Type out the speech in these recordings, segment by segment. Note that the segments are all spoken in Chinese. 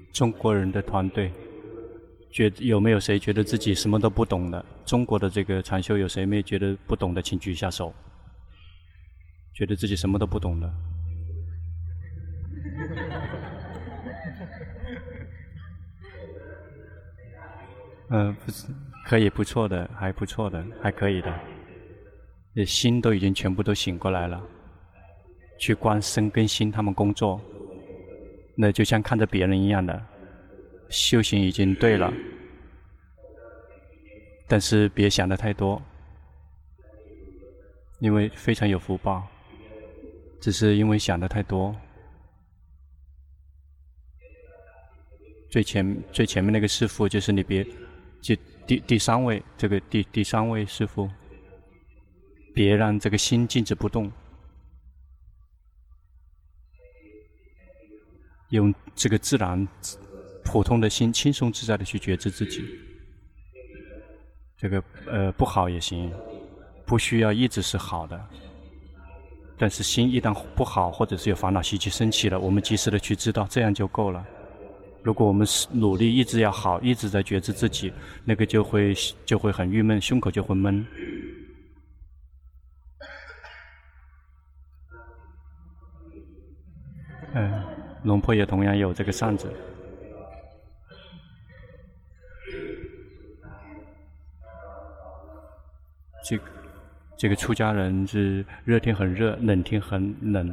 中国人的团队，有没有谁觉得自己什么都不懂的？中国的这个禅修有谁没觉得不懂的，请举一下手。觉得自己什么都不懂的。不是，可以，不错的，还不错的，还可以的。心都已经全部都醒过来了，去观身跟心他们工作，那就像看着别人一样的，修行已经对了。但是别想得太多，因为非常有福报，只是因为想得太多。最前面那个师父就是你别，就第三位，这个第三位师父，别让这个心静止不动，用这个自然普通的心轻松自在的去觉知自己。这个不好也行，不需要一直是好的，但是心一旦不好或者是有烦恼习气升起了，我们及时的去知道，这样就够了。如果我们努力一直要好，一直在觉知自己，那个就会很郁闷，胸口就会闷。龙婆也同样有这个扇子。这个出家人是热天很热，冷天很冷。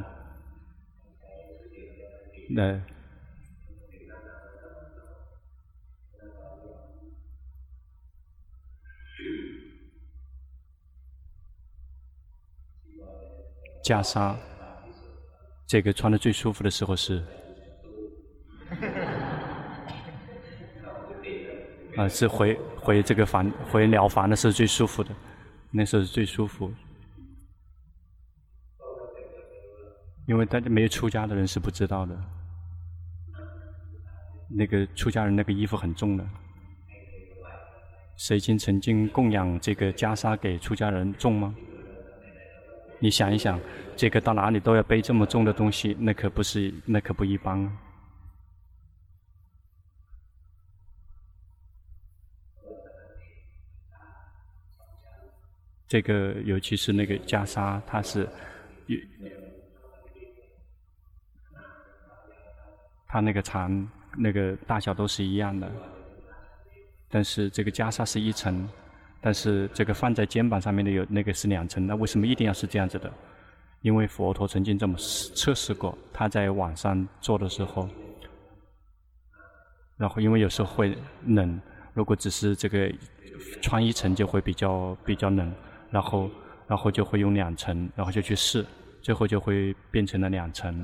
袈裟，这个穿的最舒服的时候是，是回这个回了房的时候最舒服的，那时候是最舒服。因为大家没有出家的人是不知道的，那个出家人那个衣服很重的。谁曾经供养这个袈裟给出家人重吗？你想一想，这个到哪里都要背这么重的东西，那可不一般啊。这个尤其是那个袈裟，它是它那个长那个大小都是一样的，但是这个袈裟是一层，但是这个放在肩膀上面的有那个是2层，那为什么一定要是这样子的？因为佛陀曾经这么测试过，他在晚上做的时候，然后因为有时候会冷，如果只是这个穿1层就会比较冷，然后就会用2层，然后就去试，最后就会变成了2层。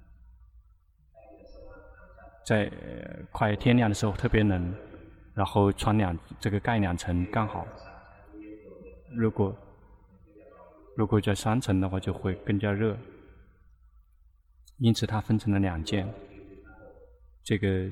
在快天亮的时候特别冷，然后穿这个盖2层刚好。如果在3层的话，就会更加热。因此它分成了2件。这个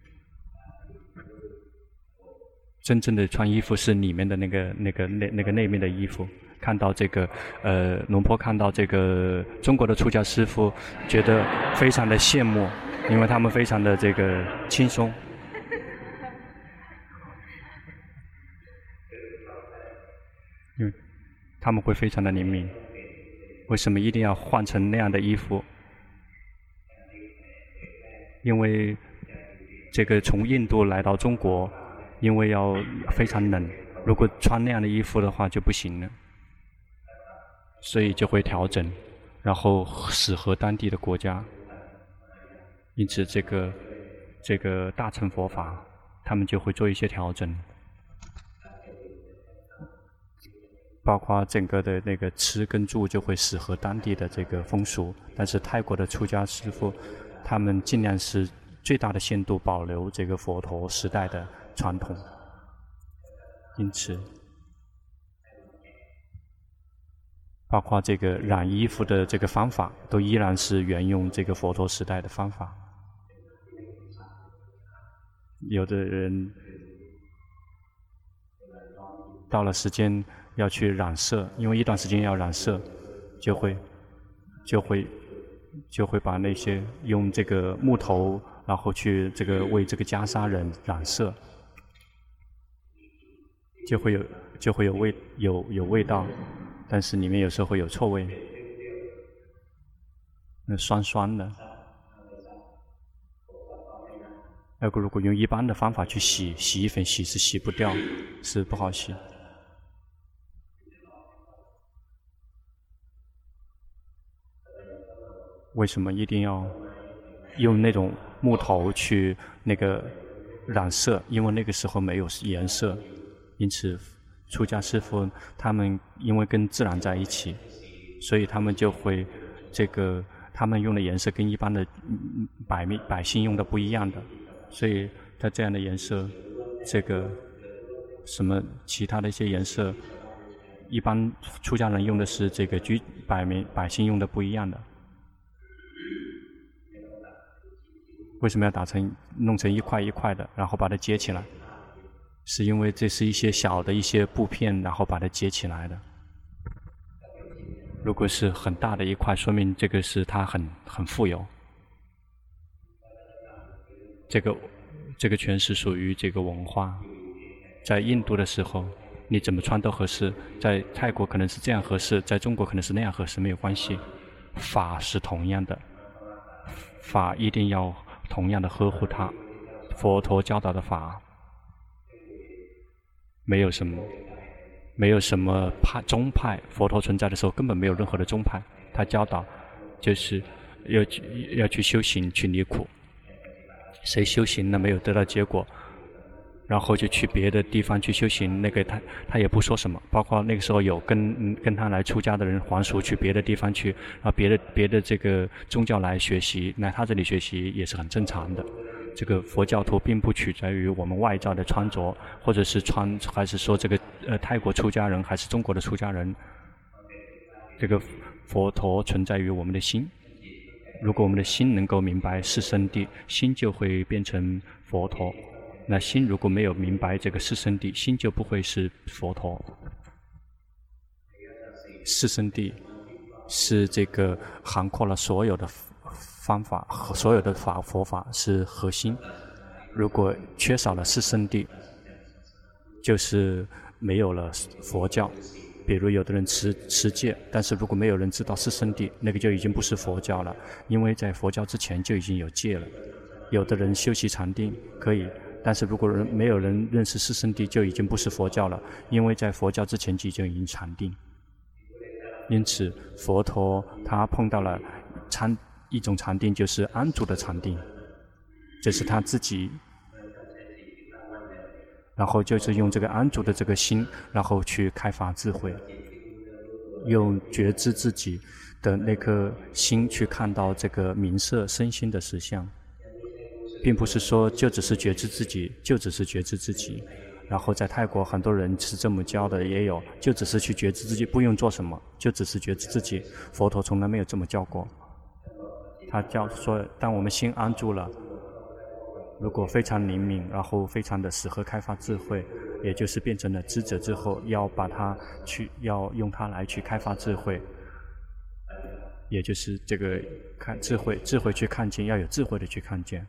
真正的穿衣服是里面的那个内面的衣服。看到这个龙婆看到这个中国的出家师父，觉得非常的羡慕，因为他们非常的这个轻松。他们会非常的灵敏。为什么一定要换成那样的衣服？因为这个从印度来到中国，因为要非常冷，如果穿那样的衣服的话就不行了，所以就会调整，然后适合当地的国家。因此这个大乘佛法，他们就会做一些调整。包括整个的那个吃跟住就会适合当地的这个风俗，但是泰国的出家师父，他们尽量是最大的限度保留这个佛陀时代的传统，因此，包括这个染衣服的这个方法，都依然是沿用这个佛陀时代的方法。有的人到了时间要去染色，因为一段时间要染色，就会就会把那些用这个木头，然后去这个为这个袈裟染色，就会有味道，但是里面有时候会有臭味，那酸酸的。如果用一般的方法去洗衣粉洗是洗不掉，是不好洗。为什么一定要用那种木头去那个染色？因为那个时候没有颜色，因此出家师父他们因为跟自然在一起，所以他们就会他们用的颜色跟一般的百姓用的不一样的，所以它这样的颜色，这个什么其他的一些颜色，一般出家人用的是这个百姓用的不一样的。为什么要弄成一块一块的，然后把它接起来？是因为这是一些小的一些布片，然后把它接起来的。如果是很大的一块，说明这个是它很富有。这个全是属于这个文化。在印度的时候，你怎么穿都合适；在泰国可能是这样合适，在中国可能是那样合适，没有关系。法是同样的，法一定要同样的呵护它。佛陀教导的法，没有什么宗派。佛陀存在的时候根本没有任何的宗派，他教导就是要去修行，去离苦。谁修行了没有得到结果，然后就去别的地方去修行，那个他也不说什么。包括那个时候有跟他来出家的人还俗去别的地方去，然后别的这个宗教来学习，来他这里学习也是很正常的。这个佛教徒并不取决于我们外在的穿着，或者是还是说这个泰国出家人还是中国的出家人，这个佛陀存在于我们的心。如果我们的心能够明白四圣谛，心就会变成佛陀。那心如果没有明白这个四圣谛，心就不会是佛陀。四圣谛是这个涵括了所有的方法和所有的佛法，是核心。如果缺少了四圣谛，就是没有了佛教。比如有的人持戒，但是如果没有人知道四圣谛，那个就已经不是佛教了，因为在佛教之前就已经有戒了。有的人修习禅定可以，但是如果没有人认识四圣谛，就已经不是佛教了，因为在佛教之前就已经禅定。因此佛陀他碰到了一种禅定，就是安住的禅定，这是他自己，然后就是用这个安住的这个心，然后去开发智慧，用觉知自己的那颗心去看到这个名色身心的实相，并不是说就只是觉知自己。然后在泰国很多人是这么教的，也有就只是去觉知自己，不用做什么，就只是觉知自己。佛陀从来没有这么教过，他教说当我们心安住了，如果非常灵敏，然后非常的适合开发智慧，也就是变成了知者之后，要用它来去开发智慧，也就是这个看智慧去看见，要有智慧的去看见。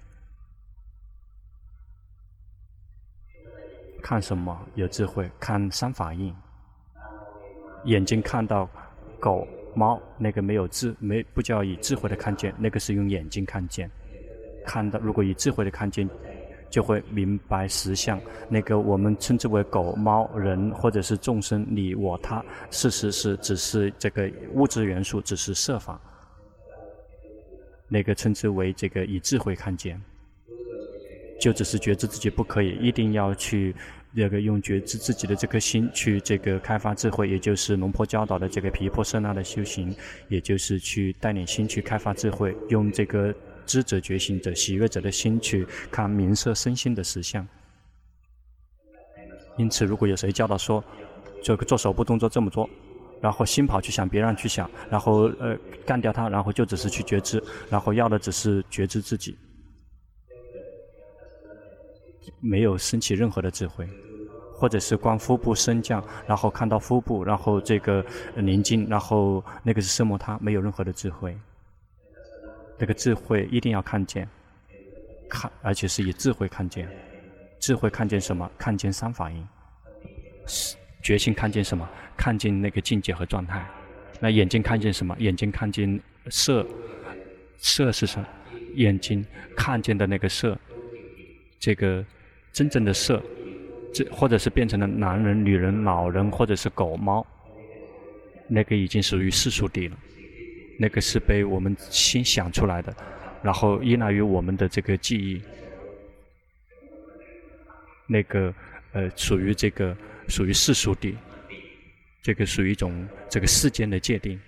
看什么？有智慧，看三法印。眼睛看到狗、猫，那个不叫以智慧的看见，那个是用眼睛看见。看到，如果以智慧的看见，就会明白实相。那个我们称之为狗、猫、人或者是众生、你、我、他，事实是只是这个物质元素，只是设法。那个称之为这个以智慧看见，就只是觉知自己不可以，一定要去用觉知自己的这颗心去这个开发智慧，也就是龙婆教导的这个毗婆舍那的修行，也就是去带领心去开发智慧，用这个知者觉醒者喜悦者的心去看名色身心的实相。因此如果有谁教导说这个做手部动作这么做，然后心跑去想别让去想，然后干掉它，然后就只是去觉知，然后要的只是觉知自己，没有升起任何的智慧。或者是观腹部升降，然后看到腹部，然后这个宁静，然后那个是色摩他，没有任何的智慧。 这个智慧一定要看见，而且是以智慧看见。智慧看见什么？看见三法印。觉性看见什么？看见那个境界和状态。那眼睛看见什么？眼睛看见色。色是什么？眼睛看见的那个色，这个真正的色，或者是变成了男人、女人、老人，或者是狗、猫，那个已经属于世俗谛了。那个是被我们心想出来的，然后依赖于我们的这个记忆。那个属于世俗谛，这个属于一种这个世间的界定。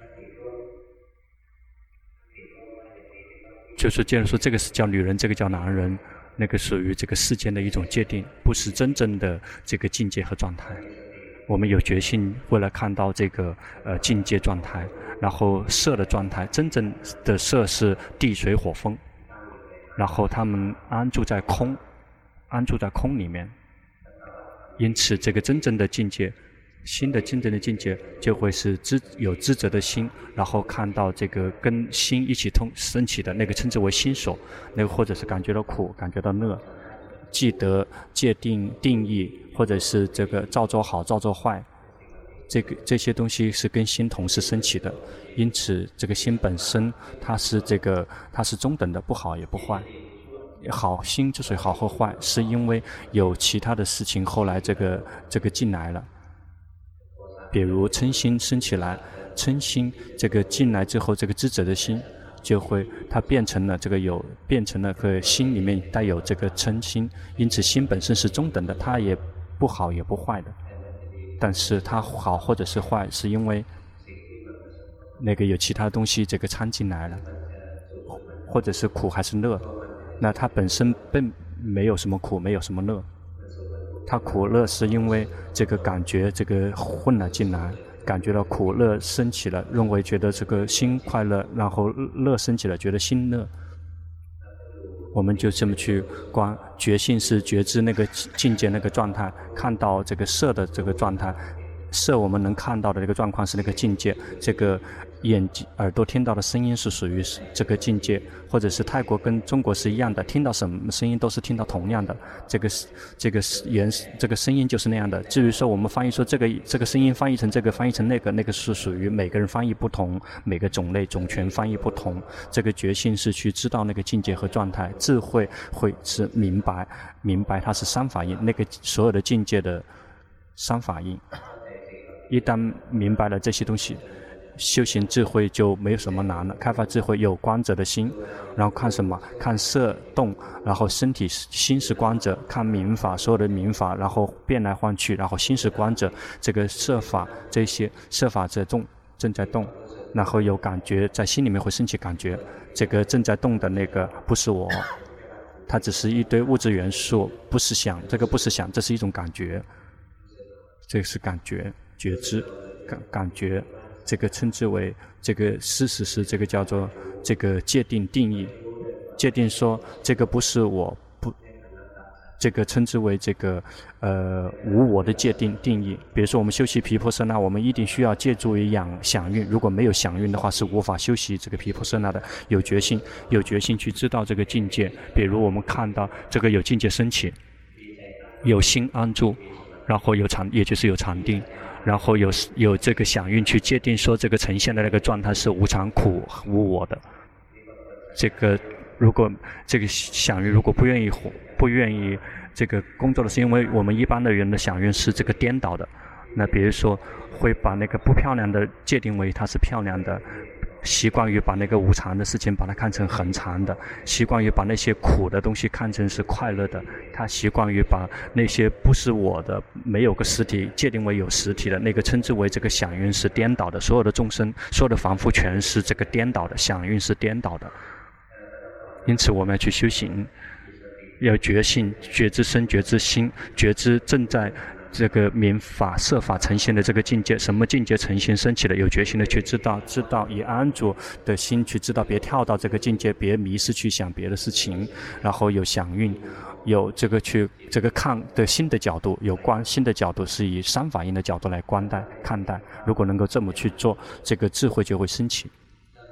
就是既然说这个是叫女人，这个叫男人，那个属于这个世间的一种界定，不是真正的这个境界和状态。我们有决心，为了看到这个境界状态，然后色的状态，真正的色是地水火风，然后他们安住在空里面，因此这个真正的境界。新的真正的境界就会是有知者的心，然后看到这个跟心一起升起的那个称之为心所，那个或者是感觉到苦，感觉到乐，记得界定定义，或者是这个造作好造作坏，这些东西是跟心同时升起的。因此这个心本身它是中等的，不好也不坏。好心之所以好和坏，是因为有其他的事情后来这个进来了。比如嗔心升起来，嗔心这个进来之后，这个知者的心就会它变成了个心里面带有这个嗔心，因此心本身是中等的，它也不好也不坏的。但是它好或者是坏，是因为那个有其他东西这个掺进来了，或者是苦还是乐，那它本身并没有什么苦，没有什么乐。它苦乐是因为这个感觉这个混了进来，感觉到苦乐升起了，认为觉得这个心快乐，然后乐升起了，觉得心乐。我们就这么去观，觉性是觉知那个境界那个状态，看到这个色的这个状态，色我们能看到的这个状况是那个境界，这个眼睛耳朵听到的声音是属于这个境界，或者是泰国跟中国是一样的，听到什么声音都是听到同样的，这个声音就是那样的。至于说我们翻译说这个声音翻译成这个翻译成那个是属于每个人翻译不同，每个种类种群翻译不同。这个觉性是去知道那个境界和状态，智慧会是明白它是三法印，那个所有的境界的三法印。一旦明白了这些东西，修行智慧就没有什么难了。开发智慧有观者的心，然后看什么？看色动，然后心是观者，看明法，所有的明法，然后变来换去，然后心是观者，这个色法这些色法正在动，然后有感觉，在心里面会升起感觉，这个正在动的那个不是我，它只是一堆物质元素，不是想，这个不是想，这是一种感觉，这个是感觉。觉知感觉，这个称之为这个事实是这个叫做这个界定定义，界定说这个不是我，不，这个称之为这个无我的界定定义。比如说我们修习毗婆舍那，我们一定需要借助于响运，如果没有响运的话，是无法修习这个毗婆舍那的。有决心去知道这个境界。比如我们看到这个有境界升起，有心安住，然后也就是有禅定。然后有这个响运去界定说这个呈现的那个状态是无常苦无我的。这个如果这个响运如果不愿意这个工作的是因为我们一般的人的响运是这个颠倒的。那比如说会把那个不漂亮的界定为它是漂亮的，习惯于把那个无常的事情把它看成很常的，习惯于把那些苦的东西看成是快乐的，他习惯于把那些不是我的没有个实体界定为有实体的，那个称之为这个响运是颠倒的。所有的众生，所有的凡夫全是这个颠倒的，响运是颠倒的。因此我们要去修行，要觉性，觉知身，觉知心，觉知正在这个明法色法呈现的这个境界，什么境界呈现升起的，有决心的去知道以安住的心去知道，别跳到这个境界，别迷失去想别的事情。然后有响运，有这个看的新的角度，有观新的角度，是以三法印的角度来看待。如果能够这么去做，这个智慧就会升起。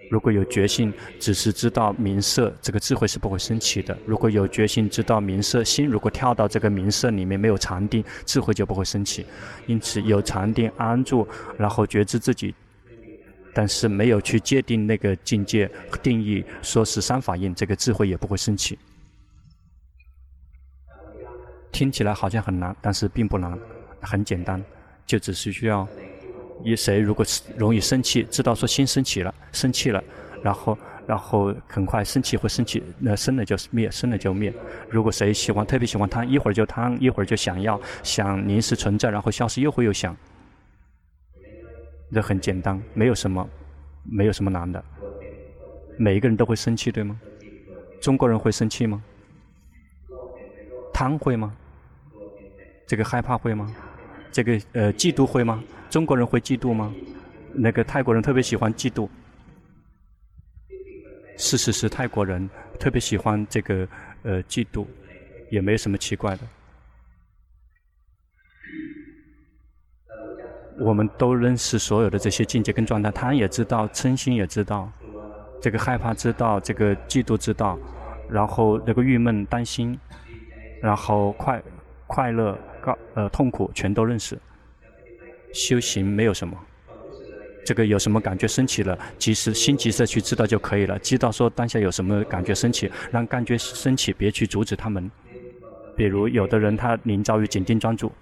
如果有决心，只是知道名色，这个智慧是不会升起的。如果有决心知道名色，心如果跳到这个名色里面没有禅定，智慧就不会升起。因此有禅定安住，然后觉知自己，但是没有去界定那个境界定义，说是三法印，这个智慧也不会升起。听起来好像很难，但是并不难，很简单，就只是需要。谁如果容易生气，知道说心生气了，然后很快生气会生气，那生了就灭，生了就灭。如果谁特别喜欢贪，一会儿就贪，一会儿就想临时存在，然后消失，又会又想。这很简单，没有什么难的。每一个人都会生气，对吗？中国人会生气吗？贪会吗？这个害怕会吗？这个嫉妒会吗？中国人会嫉妒吗？那个泰国人特别喜欢嫉妒。事实是泰国人特别喜欢这个嫉妒，也没什么奇怪的。我们都认识所有的这些境界跟状态，贪也知道，嗔心也知道，这个害怕知道，这个嫉妒知道，然后那个郁闷担心，然后快乐痛苦全都认识。修行没有什么，这个有什么感觉升起了，及时去知道就可以了。知道说当下有什么感觉升起，让感觉升起，别去阻止他们。比如有的人他临遭于紧盯专注，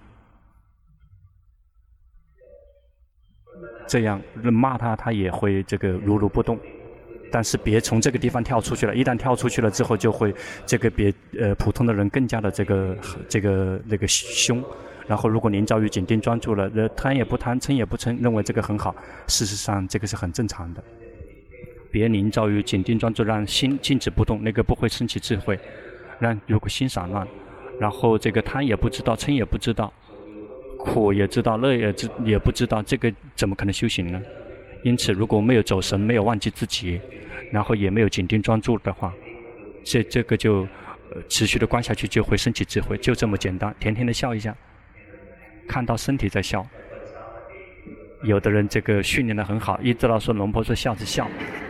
这样骂他也会这个如不动。但是别从这个地方跳出去了，一旦跳出去了之后，就会这个普通的人更加的那个凶。然后如果您遭遇紧盯专注了，贪也不贪，嗔也不嗔，认为这个很好，事实上这个是很正常的。别您遭遇紧盯专注，让心静止不动，那个不会升起智慧。如果心散乱，然后这个贪也不知道，嗔也不知道，苦也知道，乐也不知道，这个怎么可能修行呢？因此如果没有走神，没有忘记自己，然后也没有紧盯专注的话，这个就持续的观下去，就会升起智慧，就这么简单。甜甜的笑一下，看到身体在笑。有的人这个训练得很好，一知道说龙婆说笑是笑，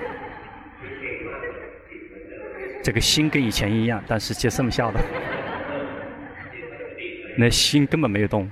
这个心跟以前一样，但是就这么笑的，那心根本没有动，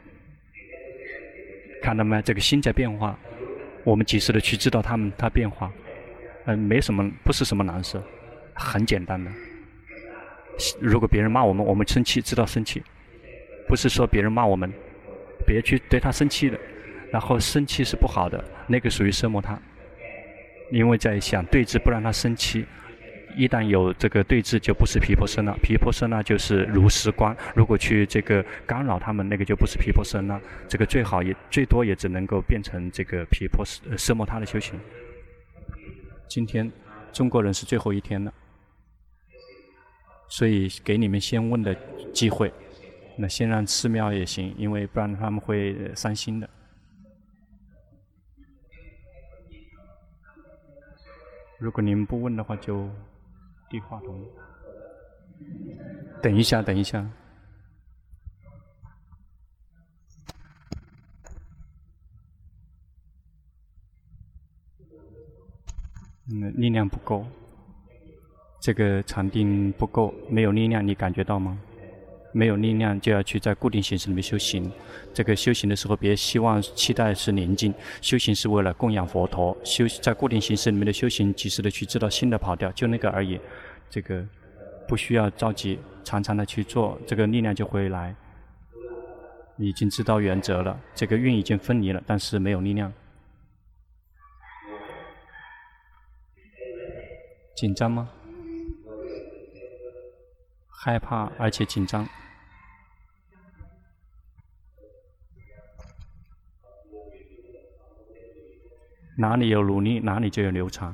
看到没？这个心在变化，我们及时的去知道它变化，没什么，不是什么难事，很简单的。如果别人骂我们，我们生气，知道生气，不是说别人骂我们，别去对他生气的，然后生气是不好的，那个属于奢摩他，因为在想对峙，不让他生气。一旦有这个对峙，就不是毗婆舍那，毗婆舍那就是如实观。如果去这个干扰他们，那个就不是毗婆舍那，这个最多也只能够变成这个奢摩他的修行。今天中国人是最后一天了，所以给你们先问的机会，那先让寺庙也行，因为不然他们会伤心的。如果你们不问的话，就递话筒。等一下。力量不够，这个禅定不够，没有力量，你感觉到吗？没有力量就要去在固定形式里面修行。这个修行的时候，别期待是宁静，修行是为了供养佛陀。在固定形式里面的修行，及时的去知道心的跑掉，就那个而已。这个不需要着急，常常的去做，这个力量就会来。你已经知道原则了，这个运已经分离了，但是没有力量。紧张吗？害怕而且紧张。哪里有努力，哪里就有流畅。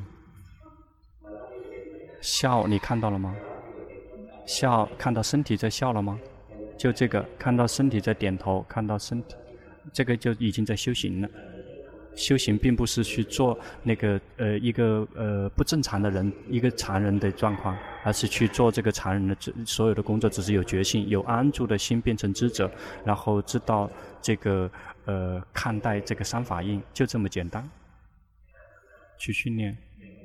笑，你看到了吗？笑，看到身体在笑了吗？就这个，看到身体在点头，看到身体，这个就已经在修行了。修行并不是去做那个一个不正常的人，一个常人的状况，而是去做这个常人的所有的工作，只是有决心，有安住的心变成知者，然后知道这个看待这个三法印，就这么简单。去训练，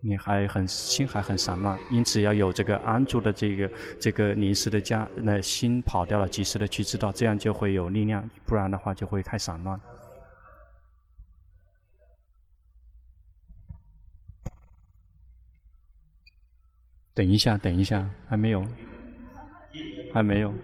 你心还很散乱，因此要有这个安住的这个临时的家，那心跑掉了，及时的去知道，这样就会有力量，不然的话就会太散乱。等一下，等一下，还没有，还没有。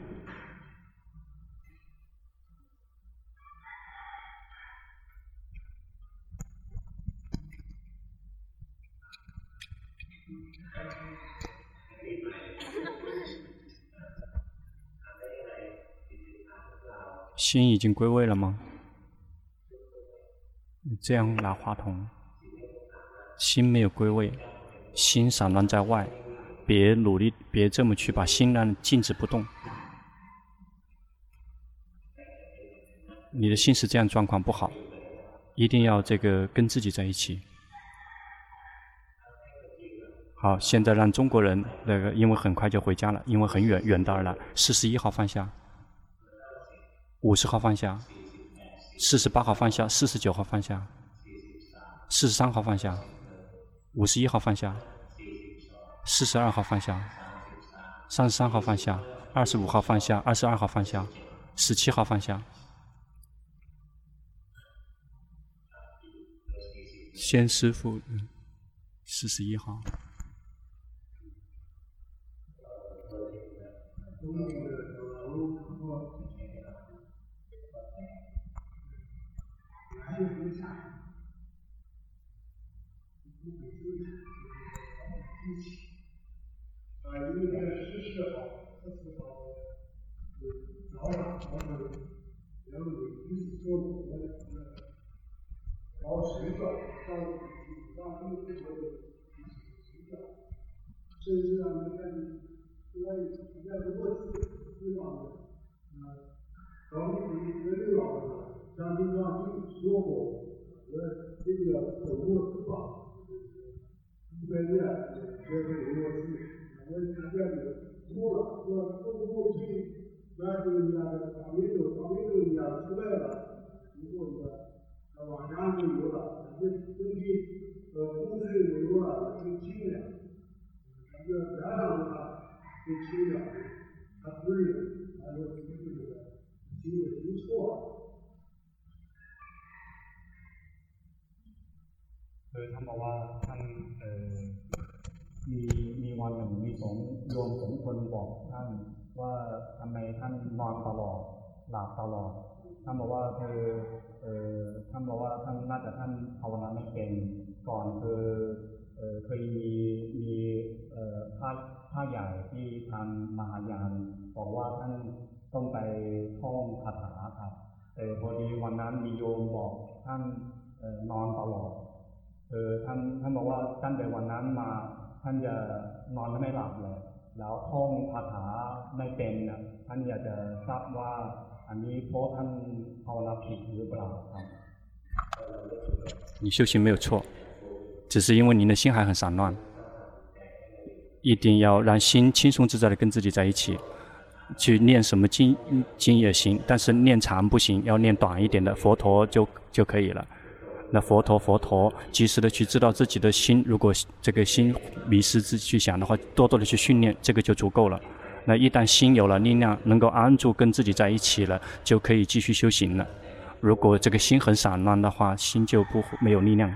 心已经归位了吗？这样拿话筒，心没有归位，心散乱在外，别努力，别这么去把心让静止不动。你的心是这样状况不好，一定要这个跟自己在一起。好，现在让中国人那个，因为很快就回家了，因为很远，远道而来。41号放下，50号放下，48号放下，49号放下，43号放下，51号放下，42号放下，33号放下，25号放下，22号放下，17号放下。先师父，41号。ท่านบอกว่าท่านมีวันหนึ่งมีโยมสองคนบอกท่านว่าทำไมท่านนอนตลอดหลับตลอดท่านบอกว่าท่านบอกว่าท่านน่าจะท่านภาวนาไม่เป็นก่อนเคยมีพระใหญ่ที่ทำมหายานบอกว่าท่านต้องไปท่องคาถาครับแต่พอดีวันนั้นมีโยมบอกท่านนอนตลอดท่านบอกว่าตั้งแต่วันนั้นมาท่านจะนอนไม่หลับเลยแล้วท่องคาถาไม่เป็นท่านอยากจะทราบว่าอันนี้เพราะท่านภาวนาผิดหรือเปล่าครับ你修行没有错，只是因为您的心还很散乱，一定要让心轻松自在的跟自己在一起。去念什么经也行，但是念长不行，要念短一点的佛陀就可以了。那佛陀，及时的去知道自己的心，如果这个心迷失自己去想的话，多多的去训练，这个就足够了。那一旦心有了力量，能够安住跟自己在一起了，就可以继续修行了。如果这个心很散乱的话，心就没有力量。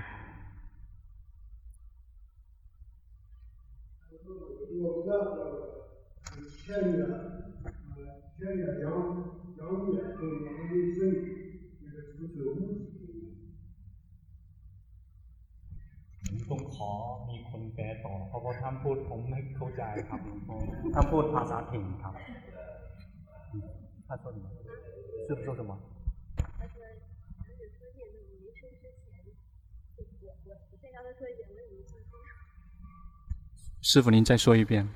ต้องขอมีคนแปลต่อเพราะว่าท่านพูดผมไม่เข้าใจครับท่านพูดภาษาถิ่นครับ他说什么？师父说什么？师父您再说一遍。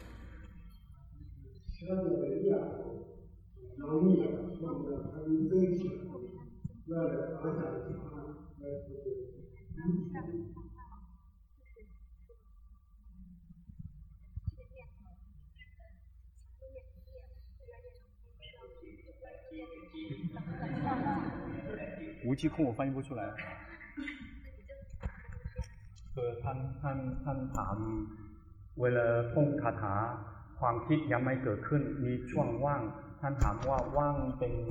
无极空我翻译不出来。对， ท่านถามเวลาท่องคาถาความคิดยังไม่เกิดขึ้นมีช่วงว่างท่านถามว่าว่าง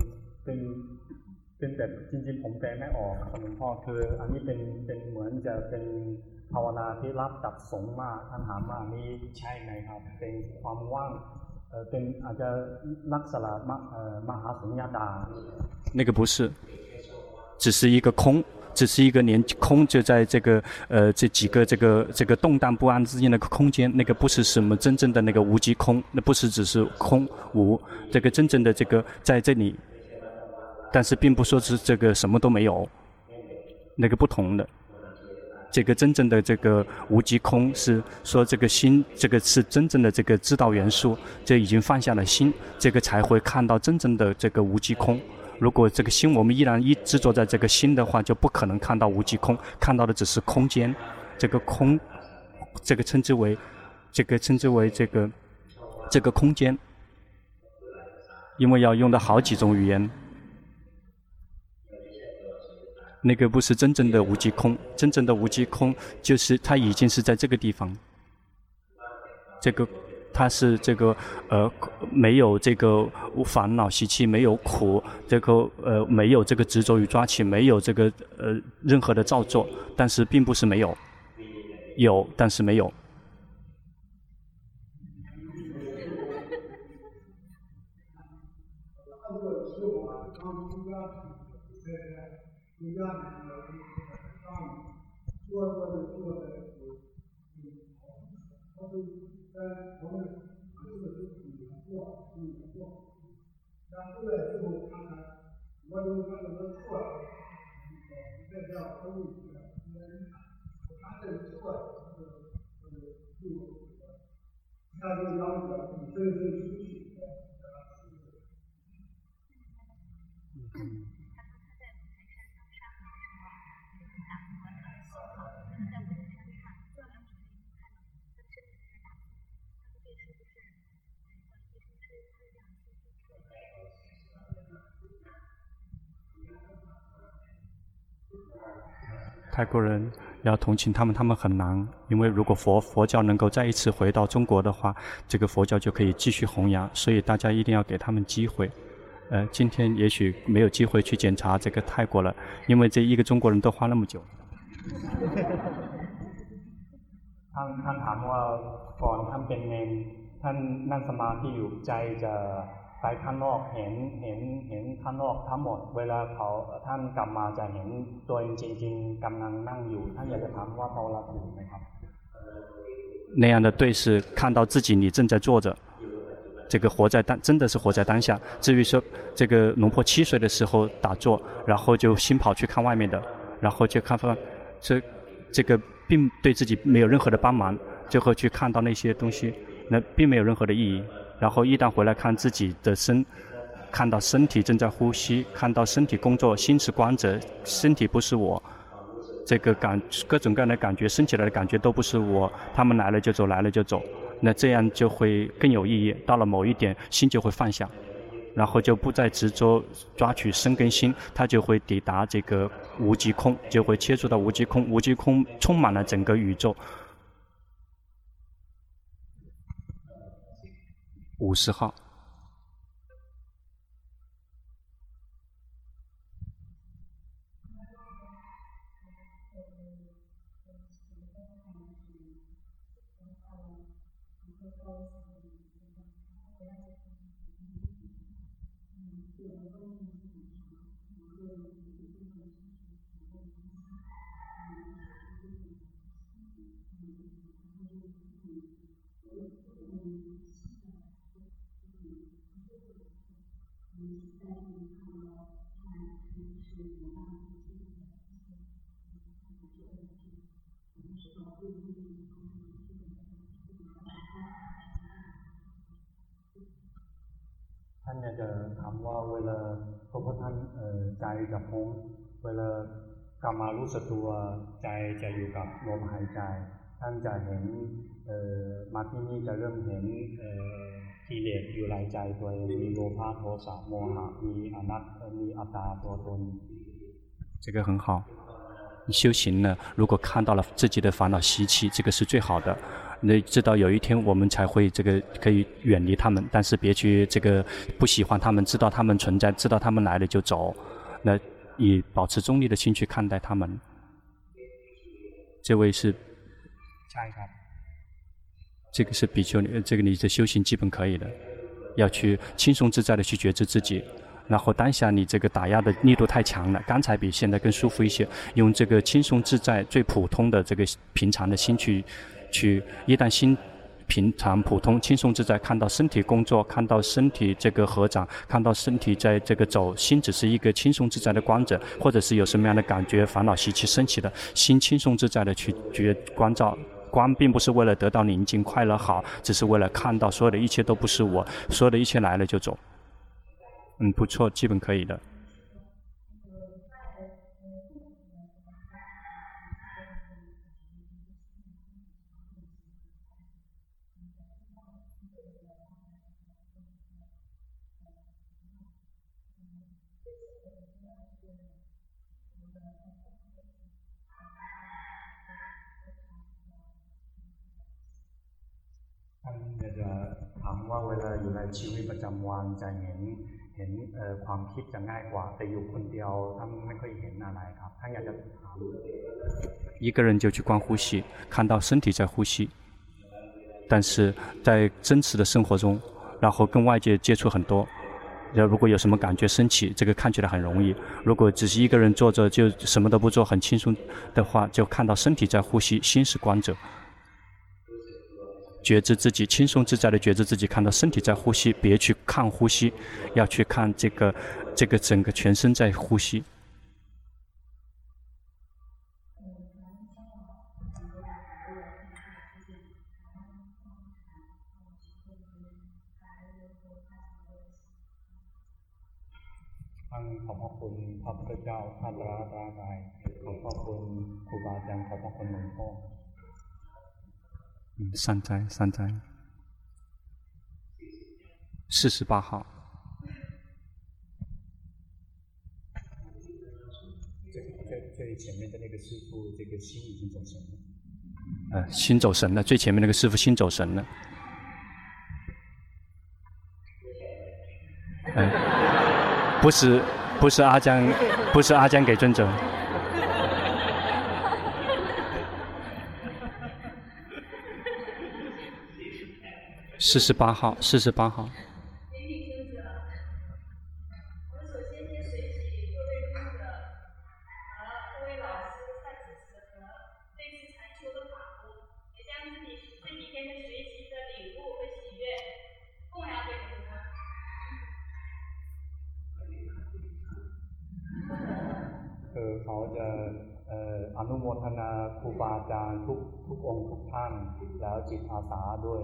เป็นแบบจริงๆผมแปลไม่ออกครับหลวงพ่อคืออันนี้เป็นเหมือนจะเป็นภาวนาที่รับจากสงฆ์มาท่านถามว่านี่ใช่ไหมครับเป็นความว่างเป็นอาจจะลักษณะมหาสุญญตา那个不是，只是一个空，只是一个连空就在这个这几个这个动荡不安之间的空间，那个不是什么真正的那个无极空，那不是只是空无，这个真正的这个在这里，但是并不说是这个什么都没有，那个不同的。这个真正的这个无极空是说这个心，这个是真正的这个知道元素，这已经放下了心，这个才会看到真正的这个无极空。如果这个心我们依然执着在这个心的话，就不可能看到无极空，看到的只是空间。这个空，这个称之为这个空间，因为要用到好几种语言。那个不是真正的无极空，真正的无极空就是它已经是在这个地方，这个它是这个没有这个烦恼习气，没有苦，这个没有这个执着与抓取，没有这个任何的造作，但是并不是没有，有但是没有。泰国人要同情他们，他们很难，因为如果佛教能够再一次回到中国的话，这个佛教就可以继续弘扬，所以大家一定要给他们机会。今天也许没有机会去检查这个泰国了，因为这一个中国人都花那么久。 ท่านถามว่าก่อนท่านเป็นเนรท่านนั่งสมาธิอยู่ใจจะไปข้างนอกเห็นข้างนอกทั้งหมดเวลาท่านกลับมาจะเห็นตัวเองจริงๆกำลังนั่งอยู่ท่านอยากจะถามว่าภาวนาถูกไหมครับ那样的对是看到自己你正在坐着，这个真的是活在当下。至于说这个龙婆7岁的时候打坐，然后就心跑去看外面的，然后就看到这个并对自己没有任何的帮忙，就会去看到那些东西，那并没有任何的意义。然后一旦回来看自己的看到身体正在呼吸，看到身体工作，心是观者，身体不是我，这个各种各样的感觉升起来的感觉都不是我，他们来了就走，来了就走，那这样就会更有意义。到了某一点，心就会放下，然后就不再执着抓取身跟心，它就会抵达这个无极空，就会切触到无极空，无极空充满了整个宇宙。50号。ท่านอยากจะถามว่าเวลาพระพุทธท่านใจจะพ้นเวลากลับมารู้สึกตัวใจจะอยู่กับลมหายใจท่านจะเห็นมาที่นี่จะเริ่มเห็นกิเลสอยู่ในใจตัวเองมีโลภะโทสะโมหะมีอนัตมีอัตตาตัวตน这个很好修行呢，如果看到了自己的烦恼习气，这个是最好的。你知道有一天我们才会这个可以远离他们，但是别去这个不喜欢他们，知道他们存在，知道他们来了就走。那以保持中立的心去看待他们。这位是，这个是比丘尼，这个你的修行基本可以的，要去轻松自在的去觉知自己。然后当下你这个打压的力度太强了，刚才比现在更舒服一些，用这个轻松自在、最普通的这个平常的心去，一旦心平常、普通、轻松自在，看到身体工作，看到身体这个合掌，看到身体在这个走，心只是一个轻松自在的观者，或者是有什么样的感觉、烦恼习气升起的，心轻松自在的去关照。观并不是为了得到宁静、快乐好，只是为了看到所有的一切都不是我，所有的一切来了就走。不错，基本可以的。 ท่านอยากจะถามว่าเวลาอยู่ในชีวิตประจำวันจะเห็นความคิดจะง่ายกว่าแต่อยู่คนเดียวท่านไม่ค่อยเห็นอะไรครับท่านอยากจะถาม一个人就去观呼吸，看到身体在呼吸，但是在真实的生活中，然后跟外界接触很多。如果有什么感觉升起，这个看起来很容易。如果只是一个人坐着就什么都不做，很轻松的话，就看到身体在呼吸，心是观者。觉知自己，轻松自在的觉知自己，看到身体在呼吸，别去看呼吸，要去看这个整个全身在呼吸。 ขอบพระคุณพระพุทธเจ้าพระรัตนตรัยขอบพระคุณครูบาอาจารย์ขอบพระคุณหลวงพ่อ善哉，48号。 最前面的那个师傅，这个心已经走神了。 心走神了，最前面那个师傅心走神了。不是阿江给尊者。48号，48号。 เขาจะอนุโมทนาครูบาอาจารย์ทุกองค์ทุกท่านแล้วจิตอาสาด้วย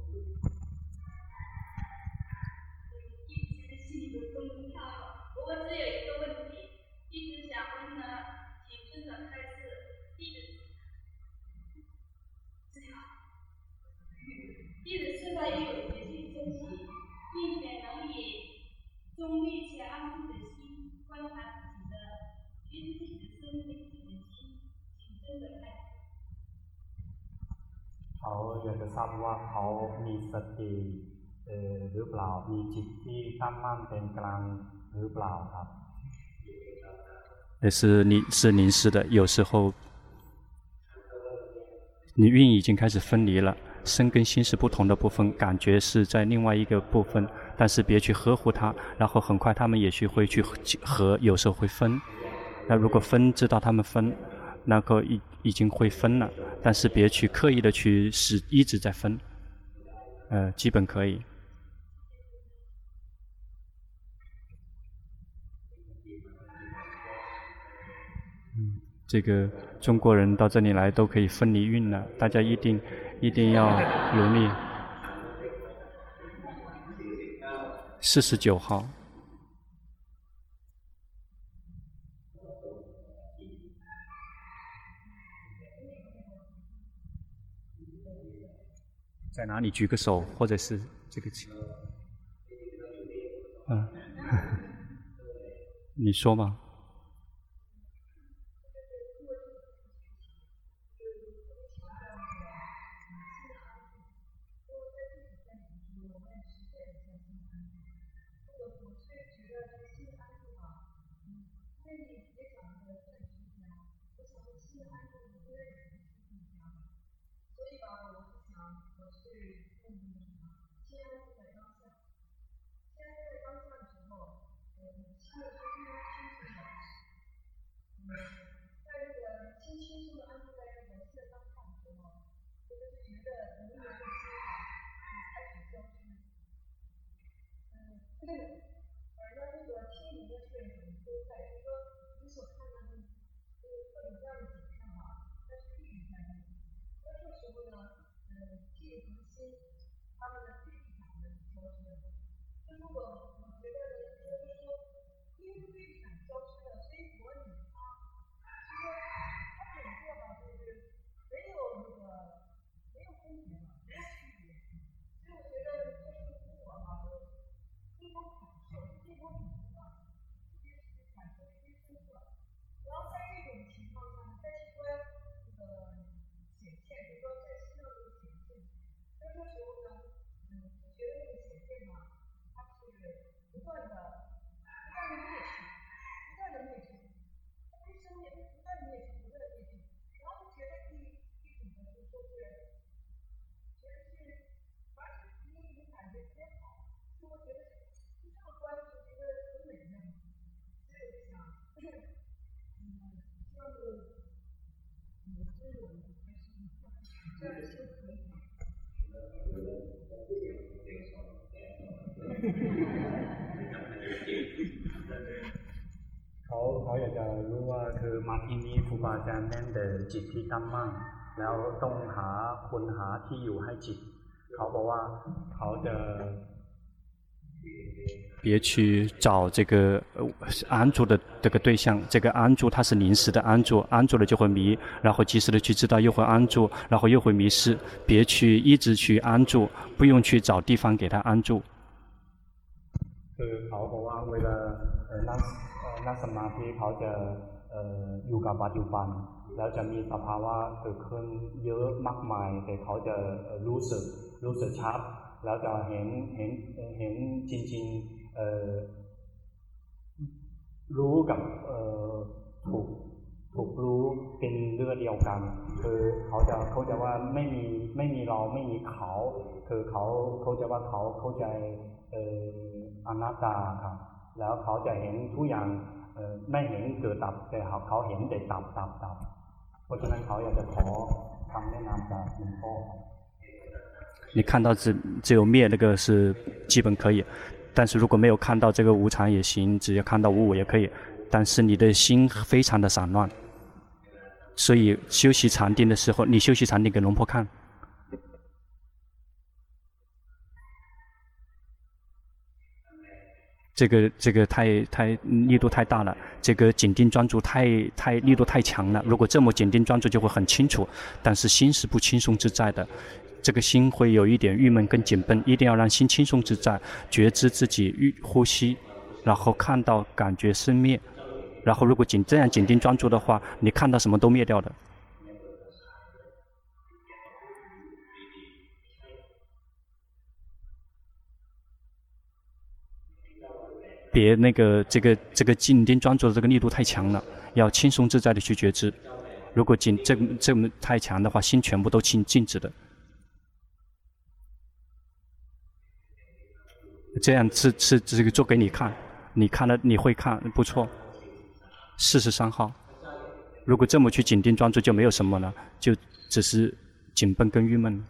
弟子现在也有决心升起，并且能以中立且安静的心观察自己的身体、自己的心，谨慎的开始。 เขาอยากจะทราบว่าเขามีสติหรือเปล่ามีจิตที่ตั้งมั่นเป็นกลางหรือเปล่าครับ是凝视的，有时候你运已经开始分离了。身跟心是不同的部分，感觉是在另外一个部分，但是别去呵护它，然后很快他们也许会去合，有时候会分。那如果分，知道他们分，那个已经会分了，但是别去刻意的去一直在分，基本可以。这个中国人到这里来都可以分离运了，大家一定要努力。49号。在哪里？举个手，或者是这个。你说嘛。 เขาอยากจะรู้ว่าคือมาที่นี่ครูบาอาจารย์แนะนำจิตที่ตั้งมั่นแล้วต้องหาที่อยู่ให้จิตเขาบอกว่าเขาจะ别去找这个安住的这个对象，这个安住它是临时的安住，安住了就会迷，然后及时的去知道又会安住，然后又会迷失。别去一直去安住，不用去找地方给它安住。 คือเขาบอกว่าเวลานั่งสมาธิเขาจะอยู่กับปัจจุบันแล้วจะมีสภาวะเกิดขึ้นเยอะมากมายแต่เขาจะรู้สึกชัดแล้วจะเห็นจริงๆรู้กับถูกรู้เป็นเรื่องเดียวกันคือเขาจะว่าไม่มีเราไม่มีเขาคือเขาจะว่าเขาเข้าใจอนัตตาครับแล้วเขาจะเห็นทุกอย่างไม่เห็นเกิดดับแต่เขาเห็นแต่ดับเพราะฉะนั้นเขาอยากจะขอคำแนะนำจากหลวงพ่อ你看到只有灭那个是基本可以，但是如果没有看到这个无常也行，只要看到无我也可以，但是你的心非常的散乱，所以修习禅定的时候，你修习禅定给龙婆看。这个太力度太大了，这个紧盯专注太力度太强了。如果这么紧盯专注就会很清楚，但是心是不轻松自在的。这个心会有一点郁闷跟紧绷，一定要让心轻松自在，觉知自己呼吸，然后看到感觉生灭，然后如果这样紧盯专注的话，你看到什么都灭掉的。别那个这个紧盯专注的这个力度太强了，要轻松自在的去觉知。如果这么太强的话，心全部都静止的。这样是这个做给你看，你看了你会看不错。43号，如果这么去紧盯专注就没有什么了，就只是紧绷跟郁闷。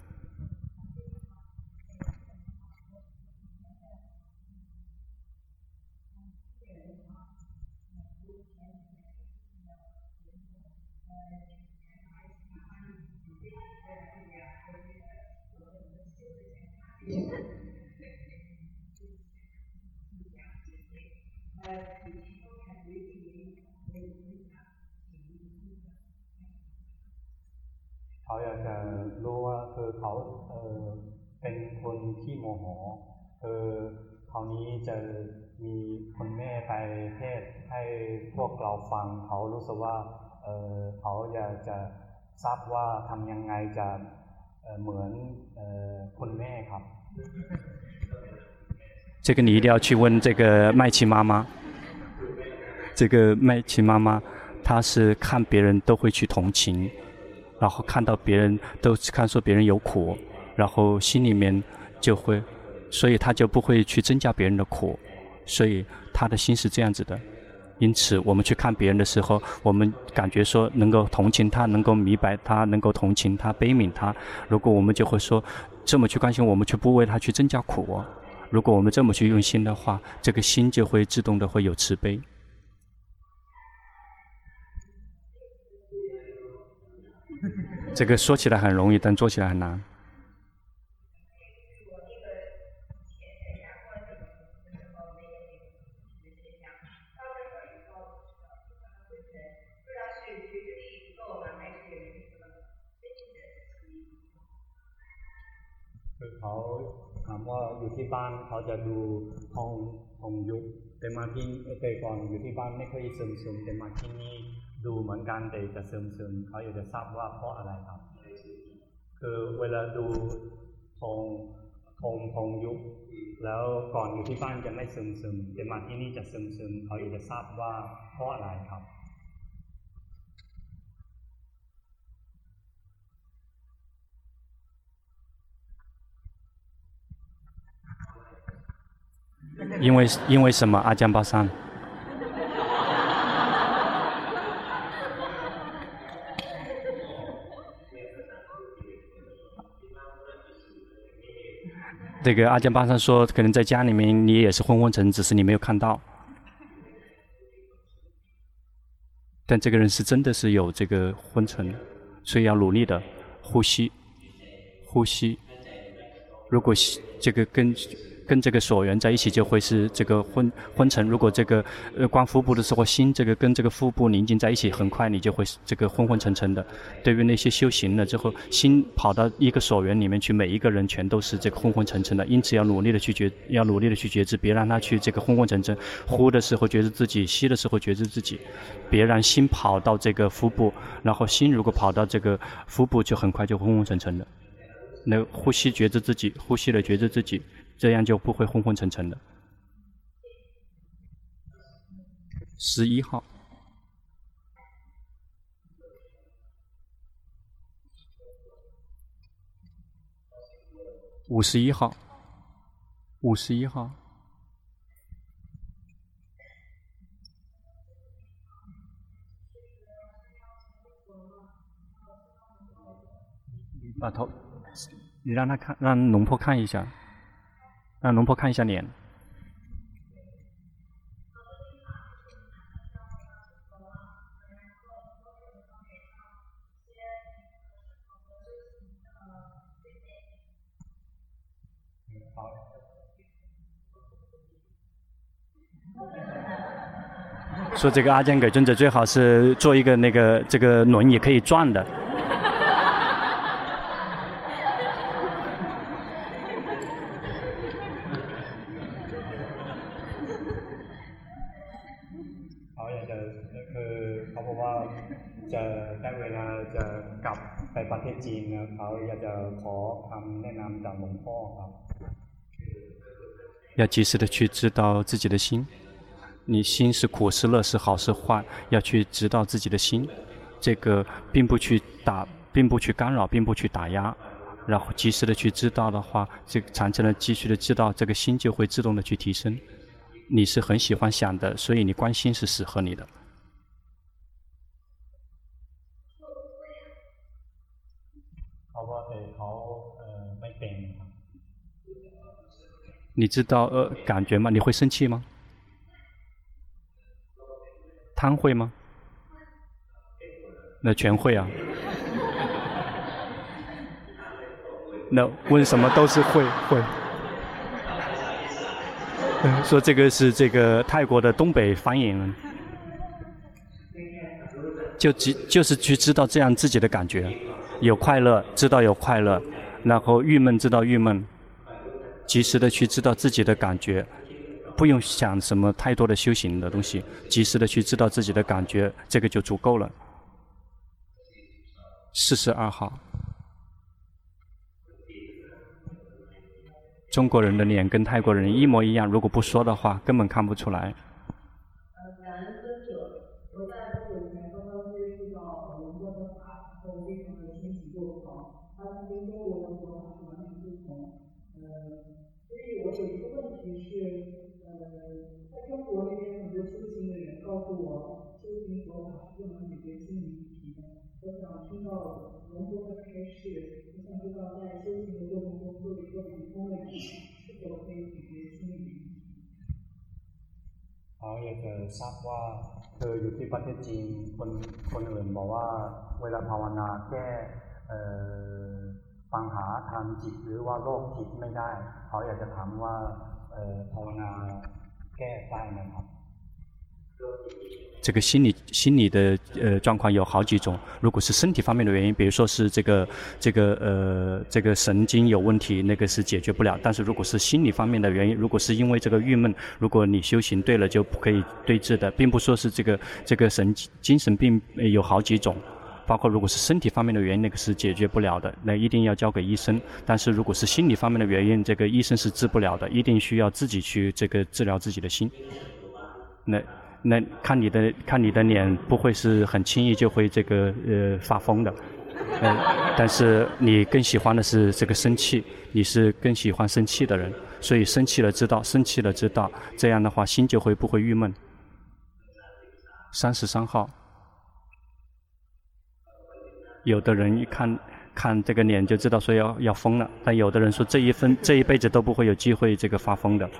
เขาอยากจะรู้ว่าคือเขาเป็นคนที่โมโหคือคราวนี้จะมีคนแม่ไปเทศให้พวกเราฟังเขารู้สึกว่าเขาอยากจะทราบว่าทำยังไงจะเหมือนคนแม่ครับ这个你一定要去问这个麦琪妈妈， 这个麦琪妈妈，她是看别人都会去同情，然后看到别人都看说别人有苦，然后心里面就会，所以她就不会去增加别人的苦，所以她的心是这样子的。因此，我们去看别人的时候，我们感觉说能够同情他，能够明白他，能够同情他，悲悯他。如果我们就会说这么去关心，我们却不为他去增加苦。如果我们这么去用心的话，这个心就会自动的会有慈悲。这个说起来很容易，但做起来很难。 เขาถามว่าอยู่ที่บ้านเขาจะดูทองยุบแต่มาที่แต่ก่อนอยู่ที่บ้านไม่ค่อยซึมแต่มาที่นี่ดูเหมือนกันแต่จะซึมเขาอยากจะทราบว่าเพราะอะไรครับคือเวลาดูทองยุบแล้วก่อนอยู่ที่บ้านจะไม่ซึมแต่มาที่นี่จะซึมเขาอยากจะทราบว่าเพราะอะไรครับ因为什么？阿江巴桑。这个阿江巴桑说，可能在家里面你也是昏昏沉，只是你没有看到。但这个人是真的是有这个昏沉，所以要努力的呼吸。如果这个跟这个所缘在一起，就会是这个昏沉。如果这个观腹部的时候，心这个跟这个腹部宁静在一起，很快你就会这个昏沉沉的。对于那些修行了之后，心跑到一个所缘里面去，每一个人全都是这个昏沉沉的。因此要努力的去觉知，别让他去这个昏沉。呼的时候觉知自己，吸的时候觉知自己，别让心跑到这个腹部。然后心如果跑到这个腹部，就很快就昏沉的。那呼吸觉知自己，呼吸了觉知自己。这样就不会昏沉的。11号。51号。51号。把头，你让他看，让龙婆看一下。让龙婆看一下脸。说这个阿江给尊者最好是做一个这个轮椅可以转的。要及时的去知道自己的心，你心是苦是乐是好是坏，要去知道自己的心，这个并不去干扰，并不去打压，然后及时的去知道的话，这个产生了继续的知道，这个心就会自动的去提升。你是很喜欢想的，所以你观心是适合你的。你知道感觉吗？你会生气吗？贪会吗？那全会啊。那问什么都是会。说这个是这个泰国的东北方言，就是去知道这样自己的感觉，有快乐知道有快乐，然后郁闷知道郁闷。及时的去知道自己的感觉，不用想什么太多的修行的东西，及时的去知道自己的感觉，这个就足够了。42号。中国人的脸跟泰国人一模一样，如果不说的话，根本看不出来。 所以我有一个问题是，在中国这边很多修行的人告诉我，修行佛法是用来解决心理问题的。我想听到龙波的开示，我想知道在修行的过程中做一个普通的仪式，是否可以解决心理问题？ อยากจะทราบว่าอยู่ที่ประเทศจีนคนอื่นบอกว่าเวลาภาวนาแก้ปัญหาทางจิตหรือว่าโรคจิตไม่ได้เขาอยากจะถามว่าภาวนาแก้ได้ไหมครับ这个心理的状况有好几种，如果是身体方面的原因，比如说是这个神经有问题，那个是解决不了。但是如果是心理方面的原因，如果是因为这个郁闷，如果你修行对了就可以对治的，并不说是这个精神病有好几种。包括如果是身体方面的原因，那个是解决不了的，那一定要交给医生。但是如果是心理方面的原因，这个医生是治不了的，一定需要自己去这个治疗自己的心。那看你的脸不会是很轻易就会这个发疯的，但是你更喜欢的是这个生气，你是更喜欢生气的人，所以生气了知道，这样的话心就不会郁闷。33号，有的人一看这个脸就知道说要疯了，但有的人说这一辈子都不会有机会这个发疯的。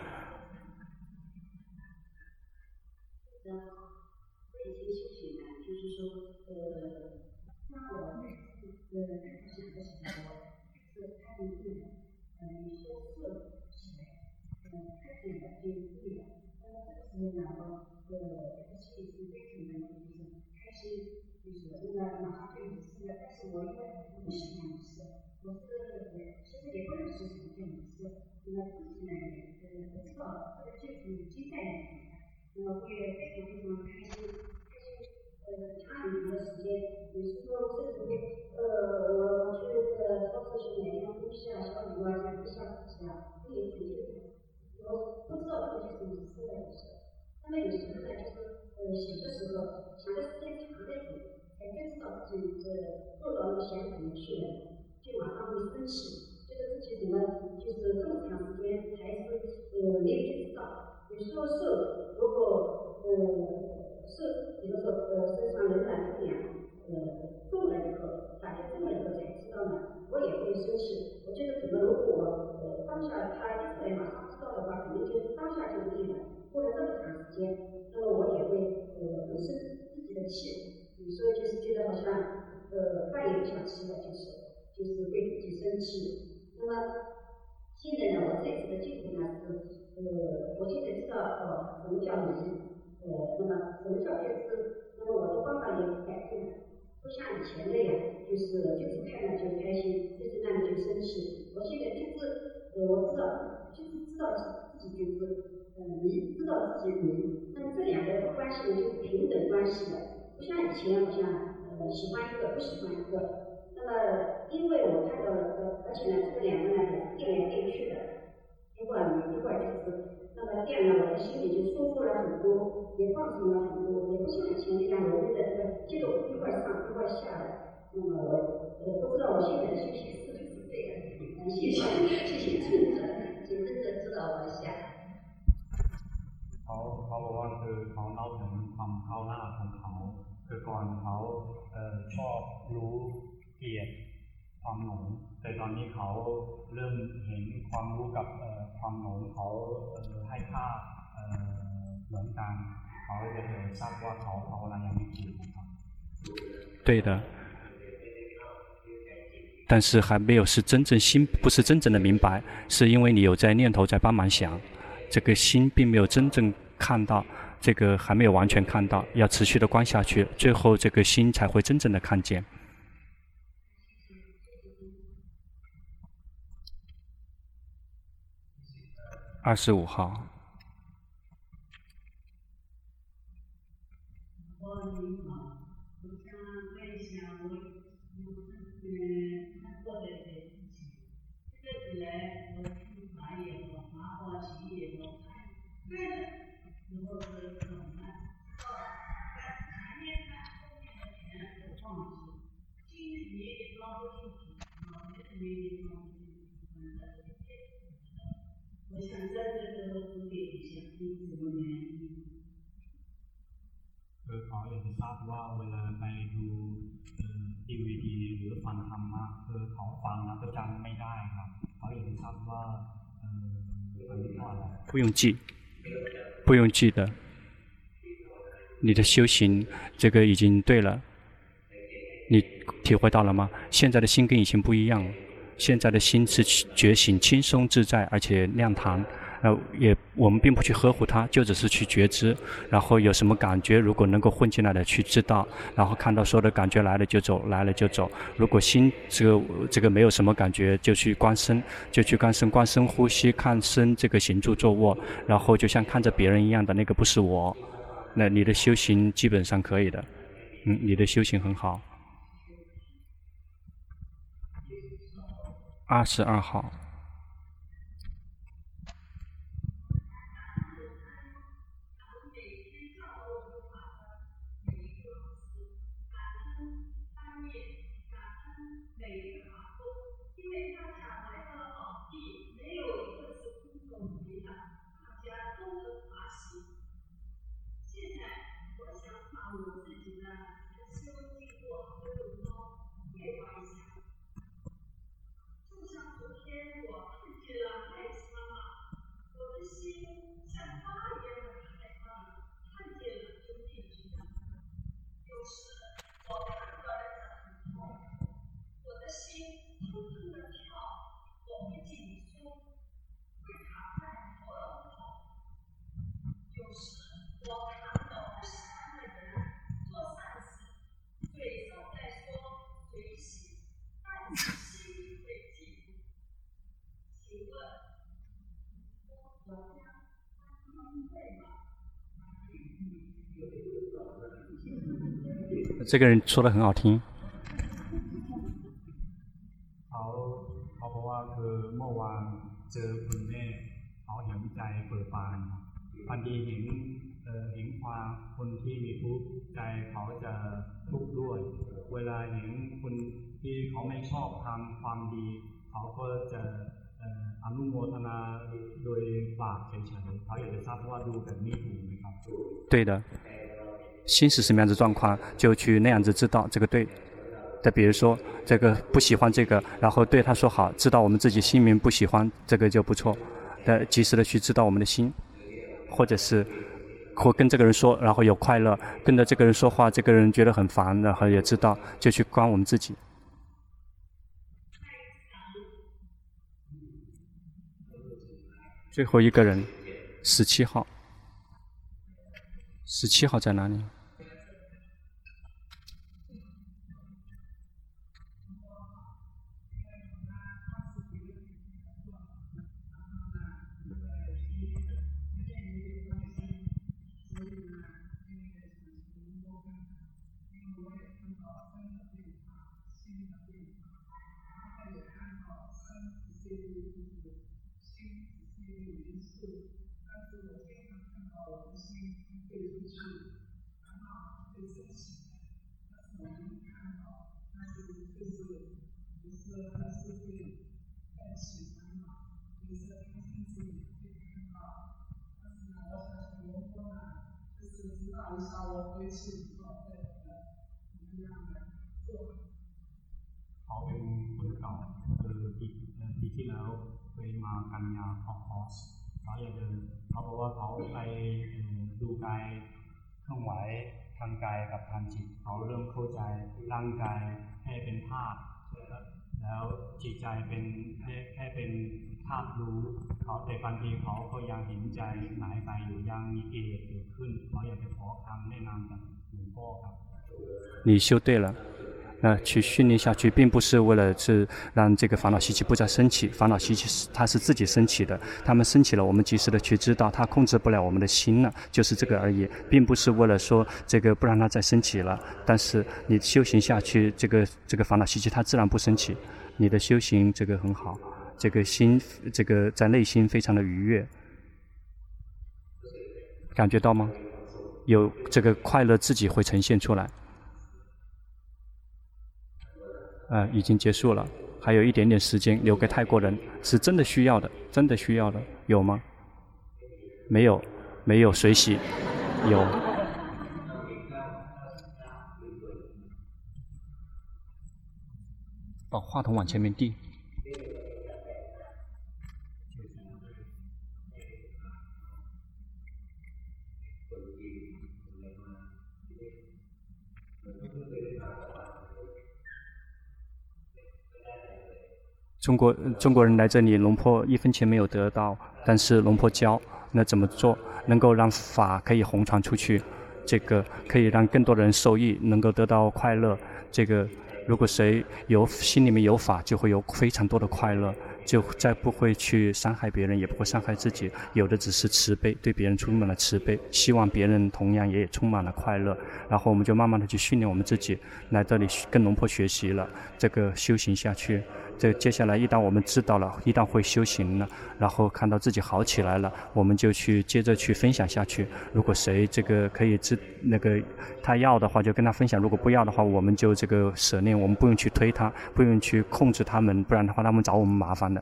เขาบอกว่าคือเขาเล่าถึงความก้าวหน้าของเขาคือก่อนเขาชอบรู้เกลียดความหลงแต่ตอนนี้เขาเริ่มเห็นความรู้กับความหลงเขาให้ค่าเหมือนกันเขาจะทราบว่าเขาภาวนายังไม่ถูกครับ对的，但是还没有是真正心不是真正的明白，是因为你有在念头在帮忙想，这个心并没有真正看到，这个还没有完全看到，要持续的观下去，最后这个心才会真正的看见。25号。 我想在这个古典下是什么原因？ เขาอยากจะทราบว่าเวลาไปดูดีวีดีหรือฟังธรรมะเขาฟังแล้วก็จำไม่ได้ครับเขาอยากจะทราบว่าอันนี้เพราะอะไร不用记，不用记得。你的修行这个已经对了，你体会到了吗？现在的心跟以前不一样了，现在的心是觉醒、轻松自在，而且亮堂。我们并不去呵护它，就只是去觉知，然后有什么感觉，如果能够混进来的去知道，然后看到所有的感觉来了就走，来了就走。如果心这个没有什么感觉，就去观身，就去观身，观身呼吸，看身这个行住坐卧，然后就像看着别人一样的那个不是我，那你的修行基本上可以的，你的修行很好。22号。这个人说的很好听。 เขาบอกว่าคือเมื่อวานเจอคุณแม่เขาเห็นใจเปิดบานทันทีเห็นความคนที่มีทุกข์ใจเขาจะทุกข์ด้วยเวลาเห็นคนที่เขาไม่ชอบทำความดีเขาก็จะอนุโมทนาโดยปากเฉยๆเขาอยากจะทราบว่าดูแบบนี้ถูกไหมครับ对的，心是什么样子状况，就去那样子知道，这个对。再比如说，这个不喜欢这个，然后对他说好，知道我们自己心里面不喜欢，这个就不错。及时的去知道我们的心，或者是或跟这个人说，然后有快乐；跟着这个人说话，这个人觉得很烦，然后也知道，就去观我们自己。最后一个人，17号。17号在哪里？ เขาเป็นคนเก่าปีที่แล้วเคยมากันยาคอร์สเขาอยากจะเขาบอกว่าเขาไปดูกายเคลื่อนไหวทางกายกับทางจิตเขาเริ่มเข้าใจร่างกายให้เป็นธาตุแล้วจิตใจเป็นแค่เป็นธาตุรู้เขาแต่บางทีเขาก็ยังเห็นใจหายไปอยู่ยังมีกิเลสเกิดขึ้นเขาอยากจะขอคำแนะนำจากหลวงพ่อครับ你修对了。去训练下去，并不是为了是让这个烦恼习气不再升起，烦恼习气它是自己升起的，它们升起了，我们及时的去知道，它控制不了我们的心了，就是这个而已，并不是为了说这个不让它再升起了。但是你修行下去，这个烦恼习气它自然不升起，你的修行这个很好，这个心这个在内心非常的愉悦，感觉到吗？有这个快乐自己会呈现出来。已经结束了，还有一点点时间留给泰国人，是真的需要的，真的需要的。 有吗？没有，没有水洗，有。把话筒往前面递。中国人来这里，龙婆1分钱没有得到，但是龙婆教那怎么做，能够让法可以弘传出去，这个可以让更多的人受益，能够得到快乐。这个如果谁心里面有法，就会有非常多的快乐，就再不会去伤害别人，也不会伤害自己，有的只是慈悲，对别人充满了慈悲，希望别人同样也充满了快乐。然后我们就慢慢的去训练我们自己，来这里跟龙婆学习了，这个修行下去。这接下来一旦我们知道了，一旦会修行了，然后看到自己好起来了，我们就接着去分享下去。如果谁这个可以他要的话就跟他分享，如果不要的话我们就这个舍念，我们不用去推他，不用去控制他们，不然的话他们找我们麻烦的。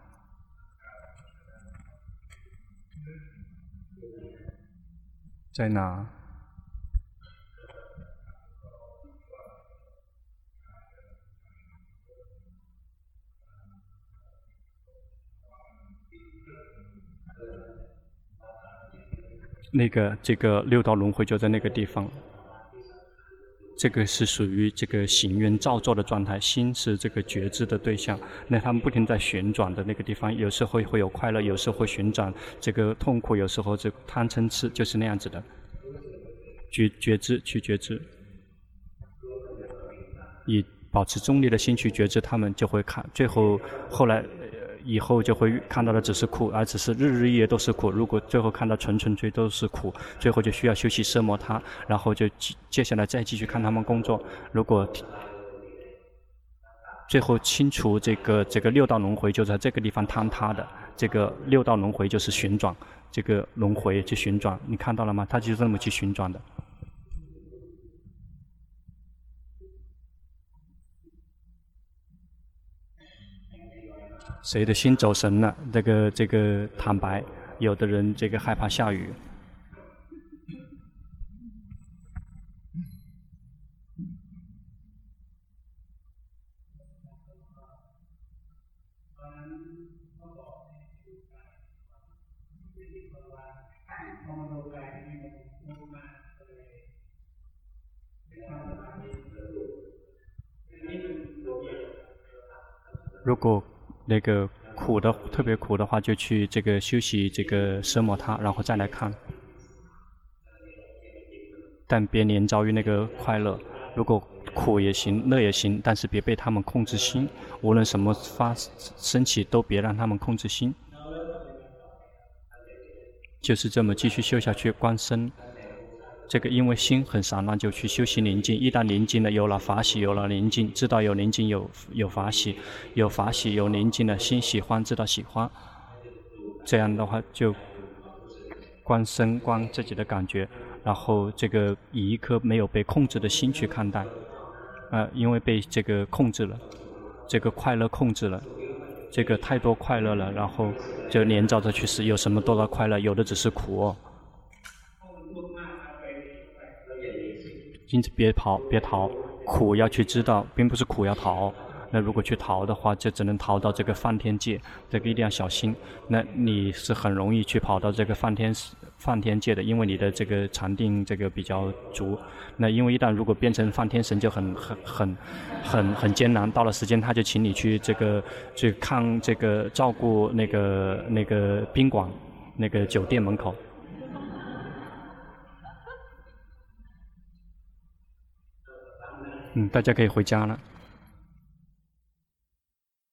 在哪？这个六道轮回就在那个地方，这个是属于这个行愿造作的状态，心是这个觉知的对象。那他们不停在旋转的那个地方，有时候会有快乐，有时候会旋转这个痛苦，有时候这贪嗔痴，就是那样子的。觉知，去觉知，以保持中立的心去觉知，他们就会看，后来。以后就会看到的只是苦，而只是日日夜夜都是苦。如果最后看到纯粹都是苦，最后就需要休息奢摩他，然后就接下来再继续看他们工作。如果最后清除这个六道轮回，就在这个地方坍塌的。这个六道轮回就是旋转，这个轮回去旋转，你看到了吗？它就是这么去旋转的。谁的心走神了？这个坦白，有的人这个害怕下雨。如果那个特别苦的话，就去这个休息这个奢摩他，然后再来看。但别连遭于那个快乐。如果苦也行，乐也行，但是别被他们控制心。无论什么升起，都别让他们控制心。就是这么继续修下去，观身。这个因为心很散乱，就去修习宁静。一旦宁静了，有了法喜，有了宁静，知道有宁静，有法喜，有法喜，有宁静了，心喜欢，知道喜欢。这样的话，就观身，观自己的感觉，然后这个以一颗没有被控制的心去看待。因为被这个控制了，这个快乐控制了，这个太多快乐了，然后就连照着去死，有什么多的快乐，有的只是苦哦。因此别逃，苦要去知道，并不是苦要逃。那如果去逃的话，就只能逃到这个梵天界，这个一定要小心。那你是很容易去跑到这个梵天界的，因为你的这个禅定这个比较足。那因为一旦如果变成梵天神，就很艰难。到了时间，他就请你去看这个照顾那个宾馆那个酒店门口。大家可以回家了。